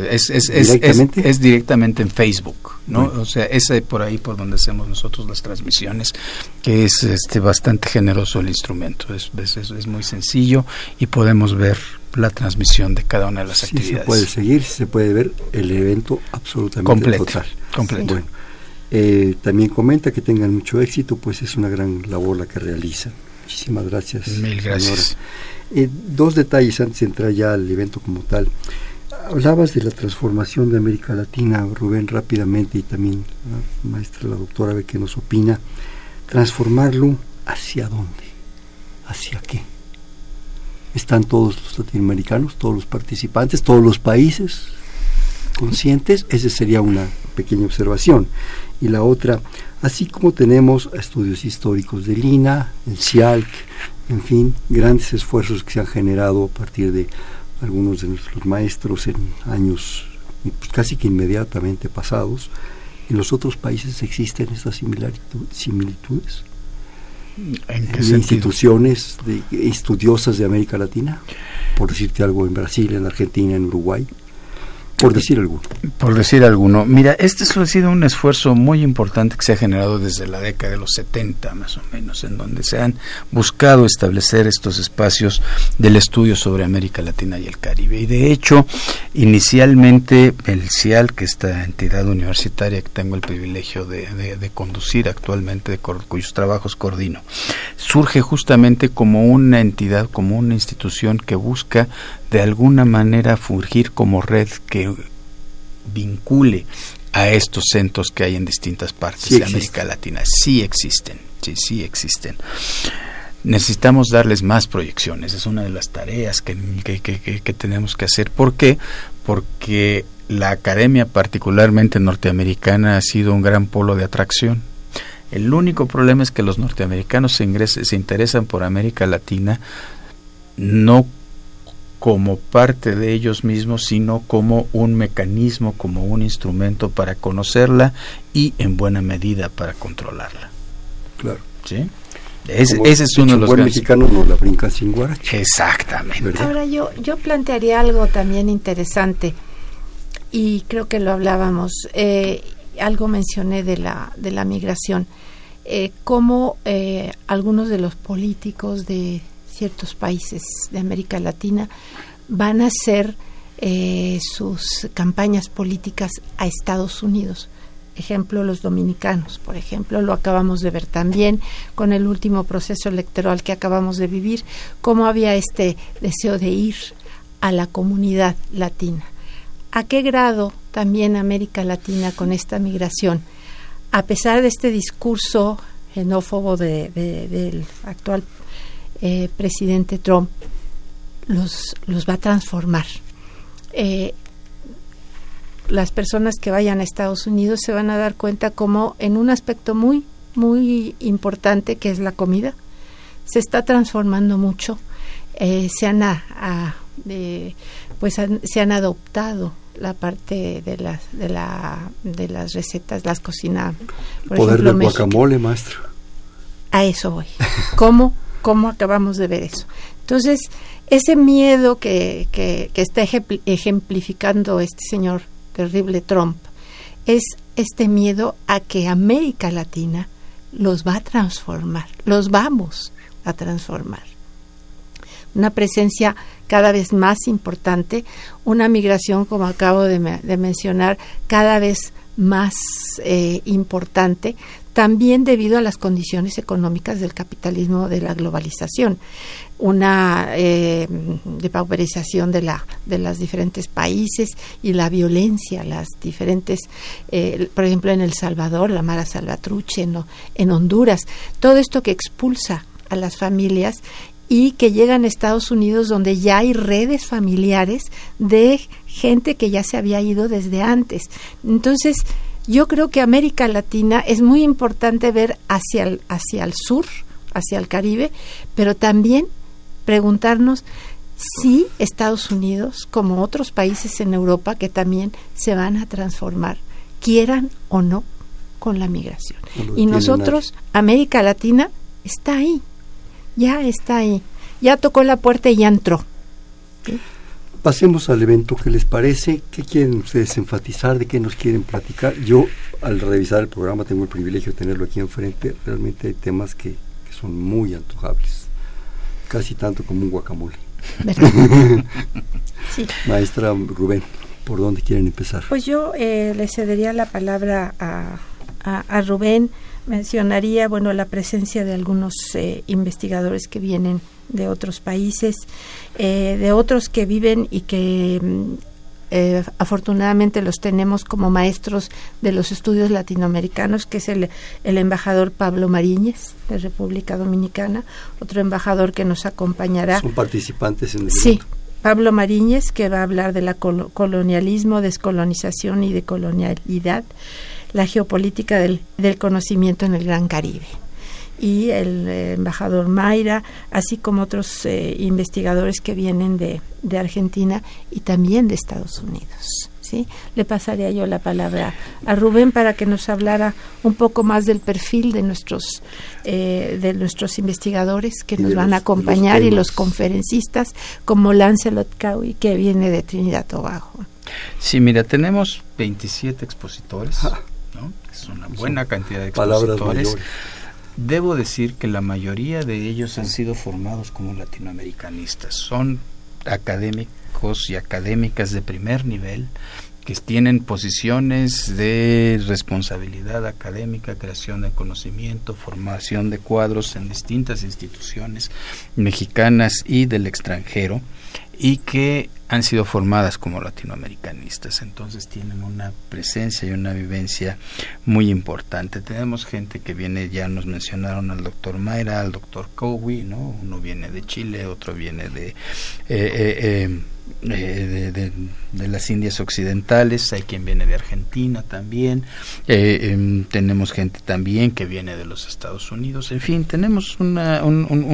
es directamente en Facebook, ¿no? Bueno. O sea, es por ahí por donde hacemos nosotros las transmisiones, que es bastante generoso el instrumento, es muy sencillo y podemos ver la transmisión de cada una de las actividades. Se puede seguir, se puede ver el evento absolutamente total. Completo. Bueno. También comenta que tengan mucho éxito, pues es una gran labor la que realizan. Muchísimas gracias. Mil gracias. Dos detalles antes de entrar ya al evento como tal. Hablabas de la transformación de América Latina, Rubén, rápidamente, y también la maestra, la doctora, a ver qué nos opina. Transformarlo, ¿hacia dónde? ¿Hacia qué? ¿Están todos los latinoamericanos, todos los participantes, todos los países conscientes? Esa sería una pequeña observación. Y la otra, así como tenemos estudios históricos del INA, el CIALC, en fin, grandes esfuerzos que se han generado a partir de algunos de nuestros maestros en años pues, casi que inmediatamente pasados, ¿en los otros países existen estas similitudes? ¿En qué sentido? Instituciones estudiosas de América Latina, por decirte algo, en Brasil, en Argentina, en Uruguay. Por decir alguno. Mira, este ha sido un esfuerzo muy importante que se ha generado desde la década de los 70 más o menos, en donde se han buscado establecer estos espacios del estudio sobre América Latina y el Caribe. Y de hecho, inicialmente el CIALC, que esta entidad universitaria que tengo el privilegio de conducir actualmente, cuyos trabajos coordino, surge justamente como una entidad, como una institución que busca de alguna manera fungir como red que vincule a estos centros que hay en distintas partes de América Latina. Sí existen. Necesitamos darles más proyecciones, es una de las tareas que tenemos que hacer. ¿Por qué? Porque la academia, particularmente norteamericana, ha sido un gran polo de atracción. El único problema es que los norteamericanos se interesan por América Latina no como parte de ellos mismos, sino como un mecanismo, como un instrumento para conocerla y en buena medida para controlarla. Claro. ¿Sí? Ese es uno de los buen mexicano no la brinca sin guarache. Exactamente. ¿Verdad? Ahora yo plantearía algo también interesante y creo que lo hablábamos, algo mencioné de la migración. cómo algunos de los políticos de ciertos países de América Latina van a hacer sus campañas políticas a Estados Unidos. Ejemplo, los dominicanos, por ejemplo, lo acabamos de ver también con el último proceso electoral que acabamos de vivir, cómo había este deseo de ir a la comunidad latina. ¿A qué grado también América Latina con esta migración, a pesar de este discurso xenófobo del actual presidente Trump, los va a transformar? Las personas que vayan a Estados Unidos se van a dar cuenta como en un aspecto muy, muy importante, que es la comida, se está transformando mucho. Se han adoptado la parte de las recetas, las cocinas. Por poder ejemplo, del guacamole, maestro. A eso voy. ¿Cómo acabamos de ver eso? Entonces, ese miedo que está ejemplificando este señor terrible Trump es este miedo a que América Latina los va a transformar, los vamos a transformar. Una presencia cada vez más importante, una migración, como acabo de mencionar, cada vez más importante, también debido a las condiciones económicas del capitalismo, de la globalización, una depauperización de los diferentes países y la violencia, las diferentes, por ejemplo, en El Salvador, la Mara Salvatruche, en Honduras, todo esto que expulsa a las familias y que llegan a Estados Unidos, donde ya hay redes familiares de gente que ya se había ido desde antes. Entonces, yo creo que América Latina es muy importante ver hacia el sur, hacia el Caribe, pero también preguntarnos si Estados Unidos, como otros países en Europa, que también se van a transformar, quieran o no, con la migración. Y nosotros, América Latina, está ahí, ya está ahí, ya tocó la puerta y ya entró. ¿Sí? Pasemos al evento. ¿Qué les parece? ¿Qué quieren ustedes enfatizar? ¿De qué nos quieren platicar? Yo, al revisar el programa, tengo el privilegio de tenerlo aquí enfrente. Realmente hay temas que son muy antojables, casi tanto como un guacamole. Sí. Maestra Rubén, ¿por dónde quieren empezar? Pues yo le cedería la palabra a Rubén. Mencionaría, la presencia de algunos investigadores que vienen de otros países, de otros que viven y que afortunadamente los tenemos como maestros de los estudios latinoamericanos, que es el embajador Pablo Mariñez, de República Dominicana, otro embajador que nos acompañará. ¿Son participantes en el evento? Sí, Pablo Mariñez, que va a hablar de la colonialismo, descolonización y decolonialidad, la geopolítica del conocimiento en el Gran Caribe. Y el embajador Mayra, así como otros investigadores que vienen de Argentina y también de Estados Unidos. ¿Sí? Le pasaría yo la palabra a Rubén para que nos hablara un poco más del perfil de nuestros investigadores que nos van a acompañar, y los conferencistas, como Lancelot Cowie, que viene de Trinidad y Tobago. Sí, mira, tenemos 27 expositores, ¿no? Es una buena cantidad de expositores. Debo decir que la mayoría de ellos han sido formados como latinoamericanistas. Son académicos y académicas de primer nivel que tienen posiciones de responsabilidad académica, creación de conocimiento, formación de cuadros en distintas instituciones mexicanas y del extranjero, y que han sido formadas como latinoamericanistas. Entonces tienen una presencia y una vivencia muy importante. Tenemos gente que viene, ya nos mencionaron al doctor Mayra, al doctor Cowie, ¿no? Uno viene de Chile, otro viene de las Indias Occidentales, hay quien viene de Argentina también, tenemos gente también que viene de los Estados Unidos. En fin, tenemos una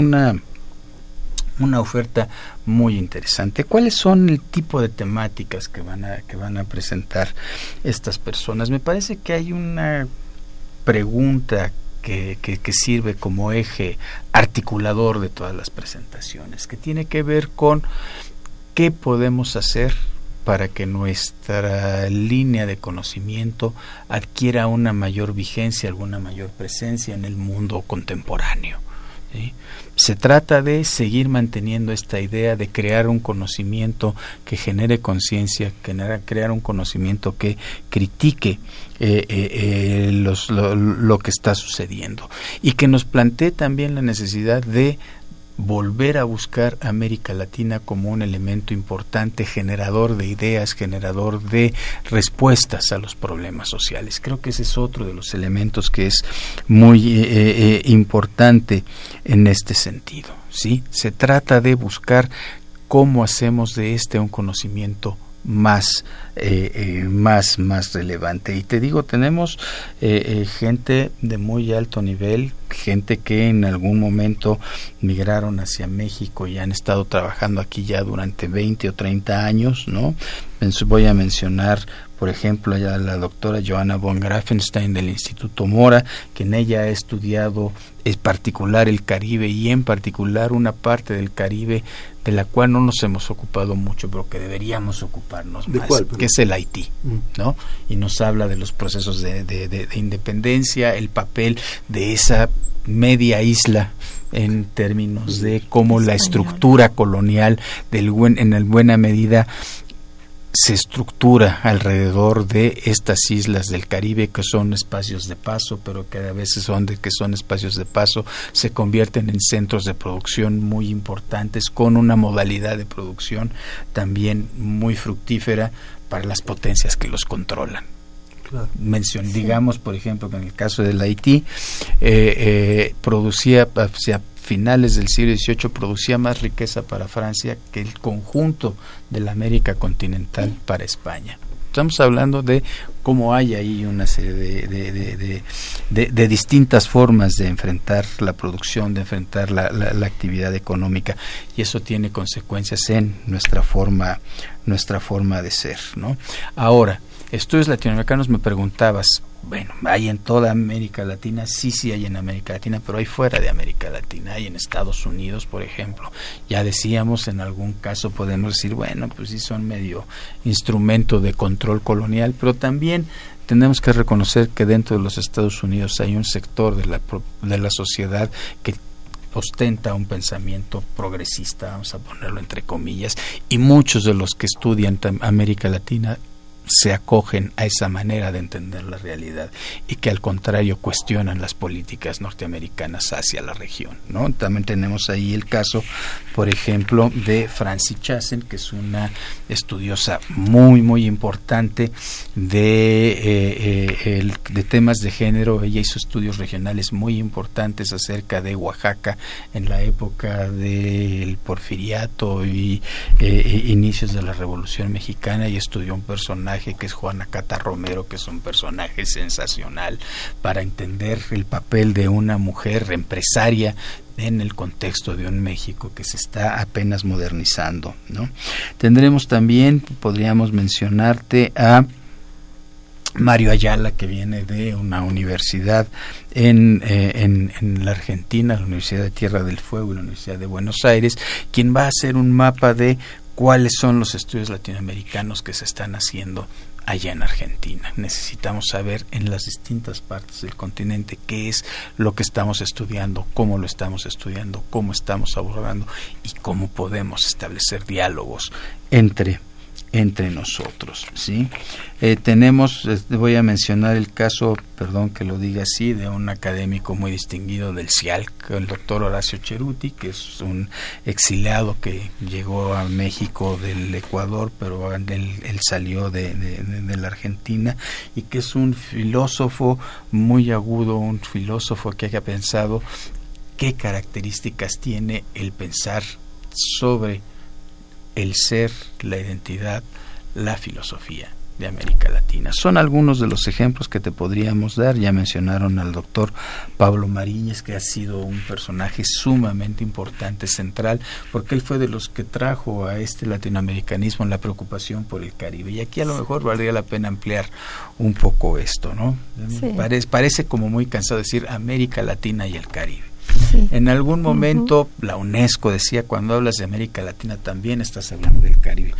oferta muy interesante. ¿Cuáles son el tipo de temáticas que van a presentar estas personas? Me parece que hay una pregunta que sirve como eje articulador de todas las presentaciones, que tiene que ver con qué podemos hacer para que nuestra línea de conocimiento adquiera una mayor vigencia, alguna mayor presencia en el mundo contemporáneo, ¿sí? Se trata de seguir manteniendo esta idea de crear un conocimiento que genere conciencia, crear un conocimiento que critique lo que está sucediendo, y que nos plantee también la necesidad de volver a buscar a América Latina como un elemento importante, generador de ideas, generador de respuestas a los problemas sociales. Creo que ese es otro de los elementos que es muy importante en este sentido, ¿sí? Se trata de buscar cómo hacemos de un conocimiento más relevante. Y te digo, tenemos gente de muy alto nivel, gente que en algún momento migraron hacia México y han estado trabajando aquí ya durante 20 o 30 años, ¿no? Voy a mencionar, por ejemplo, a la doctora Johanna von Grafenstein del Instituto Mora, que en ella ha estudiado en particular el Caribe, y en particular una parte del Caribe de la cual no nos hemos ocupado mucho, pero que deberíamos ocuparnos más, que es el Haití, ¿no? Y nos habla de los procesos de independencia, el papel de esa media isla en términos de cómo la estructura colonial en buena medida se estructura alrededor de estas islas del Caribe, que son espacios de paso, pero que a veces que son espacios de paso se convierten en centros de producción muy importantes, con una modalidad de producción también muy fructífera para las potencias que los controlan. Claro. Digamos, por ejemplo, que en el caso del Haití producía hacia finales del siglo XVIII producía más riqueza para Francia que el conjunto de la América continental para España. Estamos hablando de cómo hay ahí una serie de distintas formas de enfrentar la producción, de enfrentar la actividad económica, y eso tiene consecuencias en nuestra forma de ser, ¿no? Ahora, estudios latinoamericanos, me preguntabas, bueno, hay en toda América Latina, sí hay en América Latina, pero hay fuera de América Latina, hay en Estados Unidos, por ejemplo. Ya decíamos, en algún caso podemos decir, bueno, pues sí son medio instrumento de control colonial, pero también tenemos que reconocer que dentro de los Estados Unidos hay un sector de la sociedad que ostenta un pensamiento progresista, vamos a ponerlo entre comillas, y muchos de los que estudian América Latina se acogen a esa manera de entender la realidad, y que al contrario cuestionan las políticas norteamericanas hacia la región, ¿no? También tenemos ahí el caso, por ejemplo, de Francis Chazen, que es una estudiosa muy muy importante de temas de género. Ella hizo estudios regionales muy importantes acerca de Oaxaca en la época del Porfiriato y inicios de la Revolución Mexicana, y estudió un personaje que es Juana Cata Romero, que es un personaje sensacional para entender el papel de una mujer empresaria en el contexto de un México que se está apenas modernizando, ¿no? Tendremos también, podríamos mencionarte a Mario Ayala, que viene de una universidad en la Argentina, la Universidad de Tierra del Fuego y la Universidad de Buenos Aires, quien va a hacer un mapa de cuáles son los estudios latinoamericanos que se están haciendo allá en Argentina. Necesitamos saber en las distintas partes del continente qué es lo que estamos estudiando, cómo lo estamos estudiando, cómo estamos abordando y cómo podemos establecer diálogos entre nosotros, ¿sí? Tenemos, voy a mencionar el caso, perdón que lo diga así, de un académico muy distinguido del CIALC, el doctor Horacio Cheruti, que es un exiliado que llegó a México del Ecuador, pero él salió de la Argentina, y que es un filósofo muy agudo, un filósofo que haya pensado qué características tiene el pensar sobre el ser, la identidad, la filosofía de América Latina. Son algunos de los ejemplos que te podríamos dar. Ya mencionaron al doctor Pablo Mariñez, que ha sido un personaje sumamente importante, central, porque él fue de los que trajo a este latinoamericanismo la preocupación por el Caribe. Y aquí a lo mejor valdría la pena ampliar un poco esto, ¿no? Sí. Parece como muy cansado decir América Latina y el Caribe. Sí. En algún momento la UNESCO decía, cuando hablas de América Latina también estás hablando del Caribe.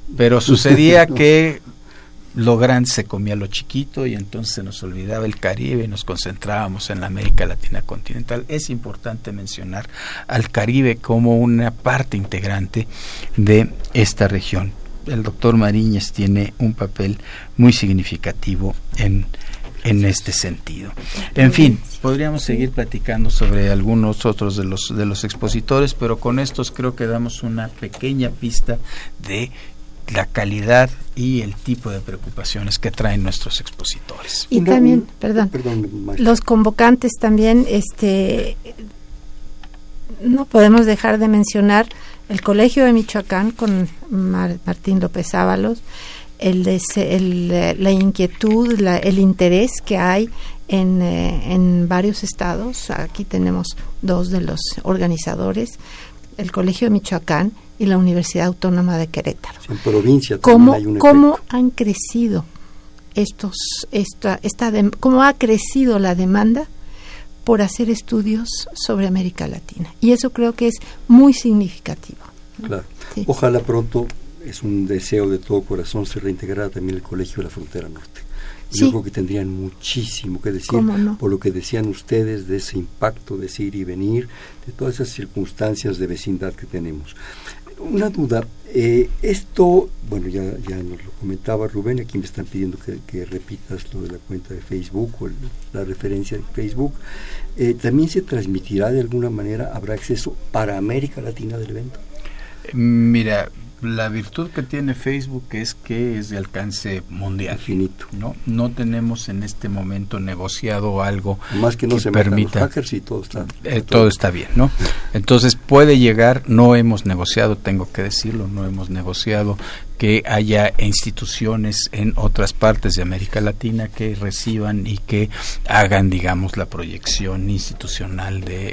pero sucedía que lo grande se comía lo chiquito y entonces se nos olvidaba el Caribe y nos concentrábamos en la América Latina continental. Es importante mencionar al Caribe como una parte integrante de esta región. El doctor Mariñez tiene un papel muy significativo en este sentido. En fin, podríamos seguir platicando sobre algunos otros de los expositores, pero con estos creo que damos una pequeña pista de la calidad y el tipo de preocupaciones que traen nuestros expositores. Y también, perdón, los convocantes también, no podemos dejar de mencionar el Colegio de Michoacán con Martín López Ábalos, la inquietud, el interés que hay en varios estados. Aquí tenemos 2 de los organizadores, el Colegio de Michoacán y la Universidad Autónoma de Querétaro. En provincia también hay un efecto. ¿Cómo han crecido cómo ha crecido la demanda por hacer estudios sobre América Latina? Y eso creo que es muy significativo. Claro. Sí. Ojalá pronto, es un deseo de todo corazón, se reintegrara también el Colegio de la Frontera Norte. Sí. Yo creo que tendrían muchísimo que decir, por lo que decían ustedes, de ese impacto de ese ir y venir, de todas esas circunstancias de vecindad que tenemos. Una duda, esto, bueno, ya nos lo comentaba Rubén, aquí me están pidiendo que repitas lo de la cuenta de Facebook o la referencia de Facebook. ¿También se transmitirá de alguna manera, habrá acceso para América Latina del evento? Mira, la virtud que tiene Facebook es que es de alcance mundial. Infinito. No tenemos en este momento negociado algo más que no se permita los hackers y todo está bien, ¿no? Entonces puede llegar, no hemos negociado, tengo que decirlo, no hemos negociado que haya instituciones en otras partes de América Latina que reciban y que hagan, digamos, la proyección institucional de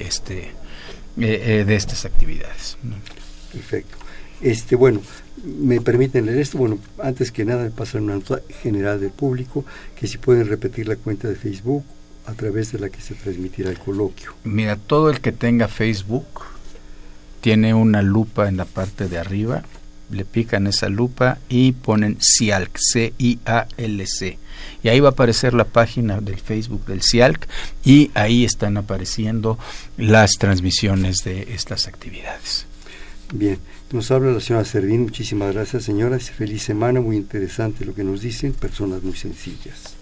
estas actividades. Perfecto. Bueno, me permiten leer esto. Bueno, antes que nada me pasan una nota general del público, que si pueden repetir la cuenta de Facebook a través de la que se transmitirá el coloquio. Mira, todo el que tenga Facebook tiene una lupa en la parte de arriba, le pican esa lupa y ponen CIALC, C-I-A-L-C, y ahí va a aparecer la página del Facebook del CIALC y ahí están apareciendo las transmisiones de estas actividades. Bien, nos habla la señora Servín. Muchísimas gracias, señora. Feliz semana, muy interesante lo que nos dicen, personas muy sencillas.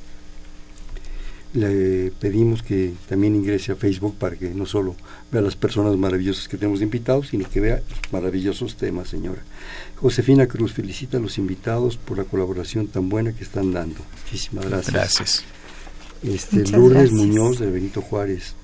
Le pedimos que también ingrese a Facebook para que no solo vea las personas maravillosas que tenemos de invitados, sino que vea los maravillosos temas, señora. Josefina Cruz felicita a los invitados por la colaboración tan buena que están dando. Muchísimas gracias. Gracias. Lourdes Muñoz de Benito Juárez.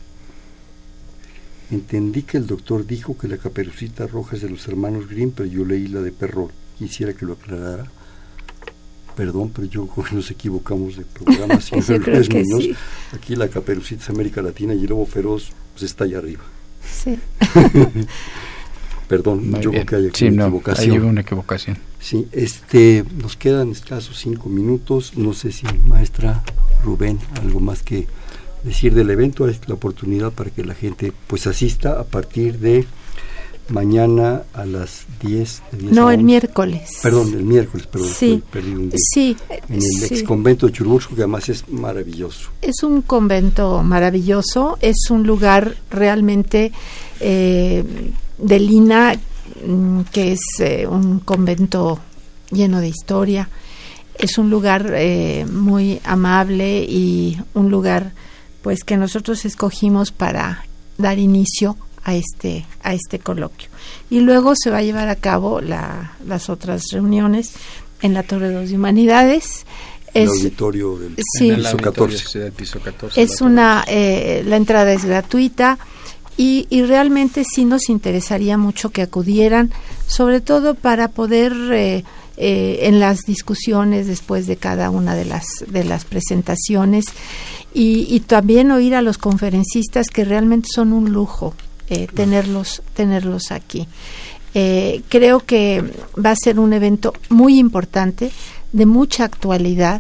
Entendí que el doctor dijo que la Caperucita Roja es de los hermanos Grimm, pero yo leí la de Perrault. Quisiera que lo aclarara. Perdón, pero yo creo que nos equivocamos de programa. Señor Lourdes Muñoz, sí. Aquí la Caperucita es América Latina y el Lobo Feroz pues está allá arriba. Sí. Perdón, yo creo que hay aquí una equivocación. Hay una equivocación. Sí, nos quedan escasos 5 minutos. No sé si maestra Rubén, algo más que decir del evento. Es la oportunidad para que la gente pues asista a partir de mañana a las 10. No, el miércoles. Perdón, el miércoles, sí, perdí un día. Sí. En el ex convento de Churubusco, que además es maravilloso. Es un convento maravilloso, es un lugar realmente de Lina, que es un convento lleno de historia. Es un lugar muy amable y un lugar pues que nosotros escogimos para dar inicio a este coloquio. Y luego se va a llevar a cabo las otras reuniones en la Torre 2 de Humanidades. El auditorio del piso 14. Piso 14. Es la entrada es gratuita y realmente sí nos interesaría mucho que acudieran, sobre todo para poder en las discusiones después de cada una de las presentaciones y también oír a los conferencistas, que realmente son un lujo tenerlos aquí. Creo que va a ser un evento muy importante, de mucha actualidad.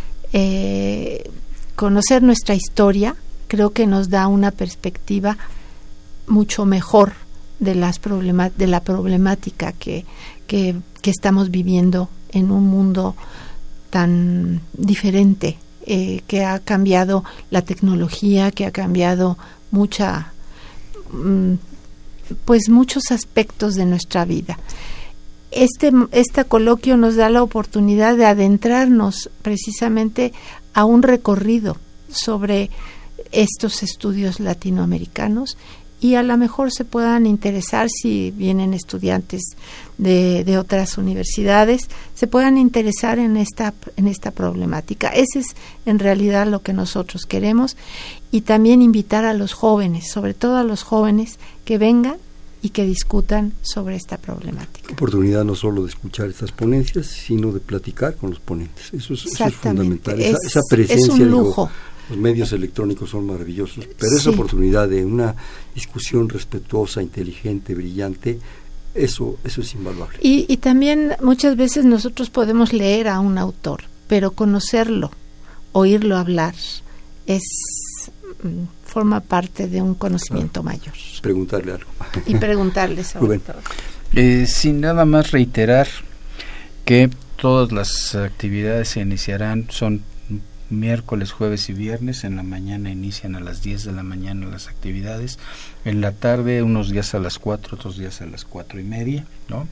Conocer nuestra historia creo que nos da una perspectiva mucho mejor de la problemática que estamos viviendo en un mundo tan diferente, que ha cambiado la tecnología, que ha cambiado muchos aspectos de nuestra vida. Este coloquio nos da la oportunidad de adentrarnos precisamente a un recorrido sobre estos estudios latinoamericanos, y a lo mejor se puedan interesar, si vienen estudiantes de otras universidades, se puedan interesar en esta problemática. Ese es en realidad lo que nosotros queremos, y también invitar a los jóvenes, sobre todo a los jóvenes, que vengan y que discutan sobre esta problemática. Oportunidad no solo de escuchar estas ponencias, sino de platicar con los ponentes. Eso es fundamental. Esa presencia. Es un lujo. Los medios electrónicos son maravillosos, pero esa oportunidad de una discusión respetuosa, inteligente, brillante, eso es invaluable. Y también muchas veces nosotros podemos leer a un autor, pero conocerlo, oírlo hablar, forma parte de un conocimiento mayor. Preguntarle algo. Y preguntarle sobre todo. Sin nada más reiterar que todas las actividades se iniciarán, son miércoles, jueves y viernes. En la mañana inician a las 10 de la mañana las actividades, en la tarde unos días a las 4, otros días a las 4:30, ¿no?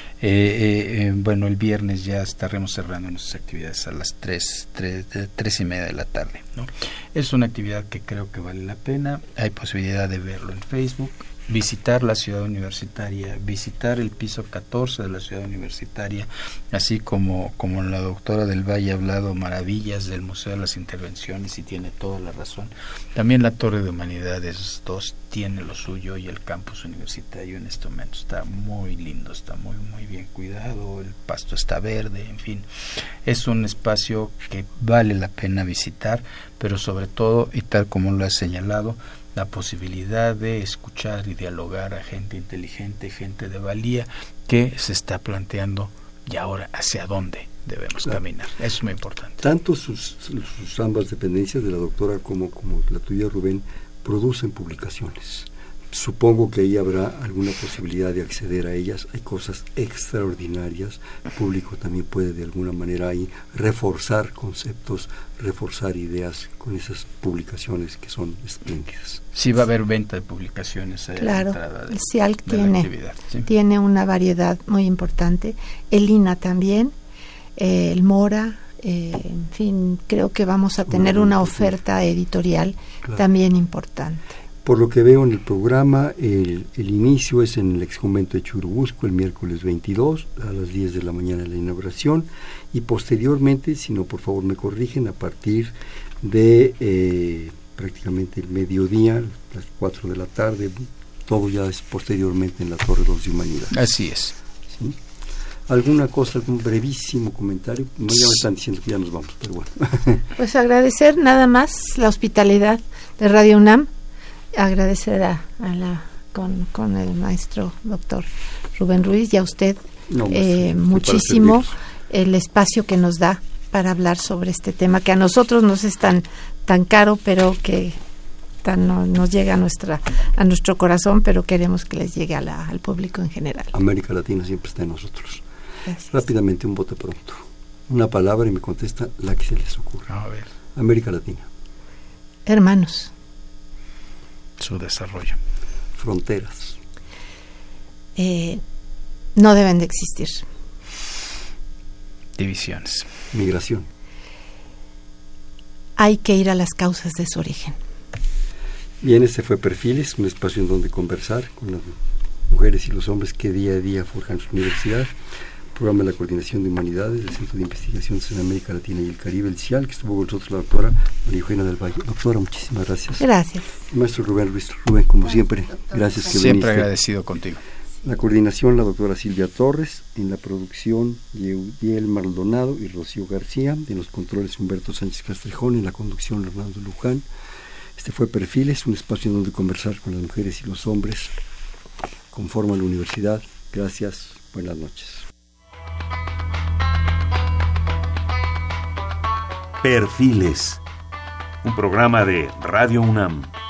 Bueno, el viernes ya estaremos cerrando nuestras actividades a las 3:30 de la tarde, ¿no? Es una actividad que creo que vale la pena. Hay posibilidad de verlo en Facebook, visitar la ciudad universitaria, visitar el piso 14 de la ciudad universitaria, así como la doctora del Valle ha hablado maravillas del Museo de las Intervenciones, y tiene toda la razón. También la Torre de Humanidades 2 tiene lo suyo, y el campus universitario en este momento está muy lindo, está muy muy bien cuidado, el pasto está verde, en fin, es un espacio que vale la pena visitar, pero sobre todo, y tal como lo has señalado, la posibilidad de escuchar y dialogar a gente inteligente, gente de valía, que se está planteando y ahora hacia dónde debemos caminar. Eso es muy importante. Tanto sus ambas dependencias, de la doctora como la tuya, Rubén, producen publicaciones. Supongo que ahí habrá alguna posibilidad de acceder a ellas. Hay cosas extraordinarias. El público también puede de alguna manera ahí reforzar conceptos, reforzar ideas con esas publicaciones que son espléndidas. Sí, va a haber venta de publicaciones. Claro, el CIALC tiene una variedad muy importante. El INA también, el MORA, en fin, creo que vamos a tener una oferta editorial también importante. Por lo que veo en el programa, el inicio es en el exconvento de Churubusco el miércoles 22 a las 10 de la mañana la inauguración, y posteriormente, si no, por favor me corrigen, a partir de prácticamente el mediodía, las 4 de la tarde, todo ya es posteriormente en la Torre 2 de Humanidad. Así es. ¿Sí? ¿Alguna cosa, algún brevísimo comentario? No, ya me están diciendo que ya nos vamos, pero bueno. Pues agradecer nada más la hospitalidad de Radio UNAM, agradecer con el maestro doctor Rubén Ruiz y a usted muchísimo el espacio que nos da para hablar sobre este tema que a nosotros nos es tan caro, pero que nos llega a nuestro corazón, pero queremos que les llegue al público en general. América Latina siempre está en nosotros. Gracias. Rápidamente, un bote pronto, una palabra, y me contesta la que se les ocurra. A ver. América Latina. Hermanos. Su desarrollo. Fronteras. No deben de existir. Divisiones. Migración. Hay que ir a las causas de su origen. Bien, este fue Perfiles, un espacio en donde conversar con las mujeres y los hombres que día a día forjan su universidad. Programa de la Coordinación de Humanidades del Centro de Investigaciones en América Latina y el Caribe, el CIALC, que estuvo con nosotros la doctora María Eugenia del Valle. Doctora, muchísimas gracias. Gracias. Maestro Rubén Ruiz. Rubén, como siempre, gracias que siempre viniste. Agradecido contigo. La coordinación, la doctora Silvia Torres. En la producción, Yeudiel Maldonado y Rocío García. En los controles, Humberto Sánchez Castrejón. En la conducción, Hernando Luján. Este fue Perfiles, un espacio en donde conversar con las mujeres y los hombres conforme a la universidad. Gracias, buenas noches. Perfiles, un programa de Radio UNAM.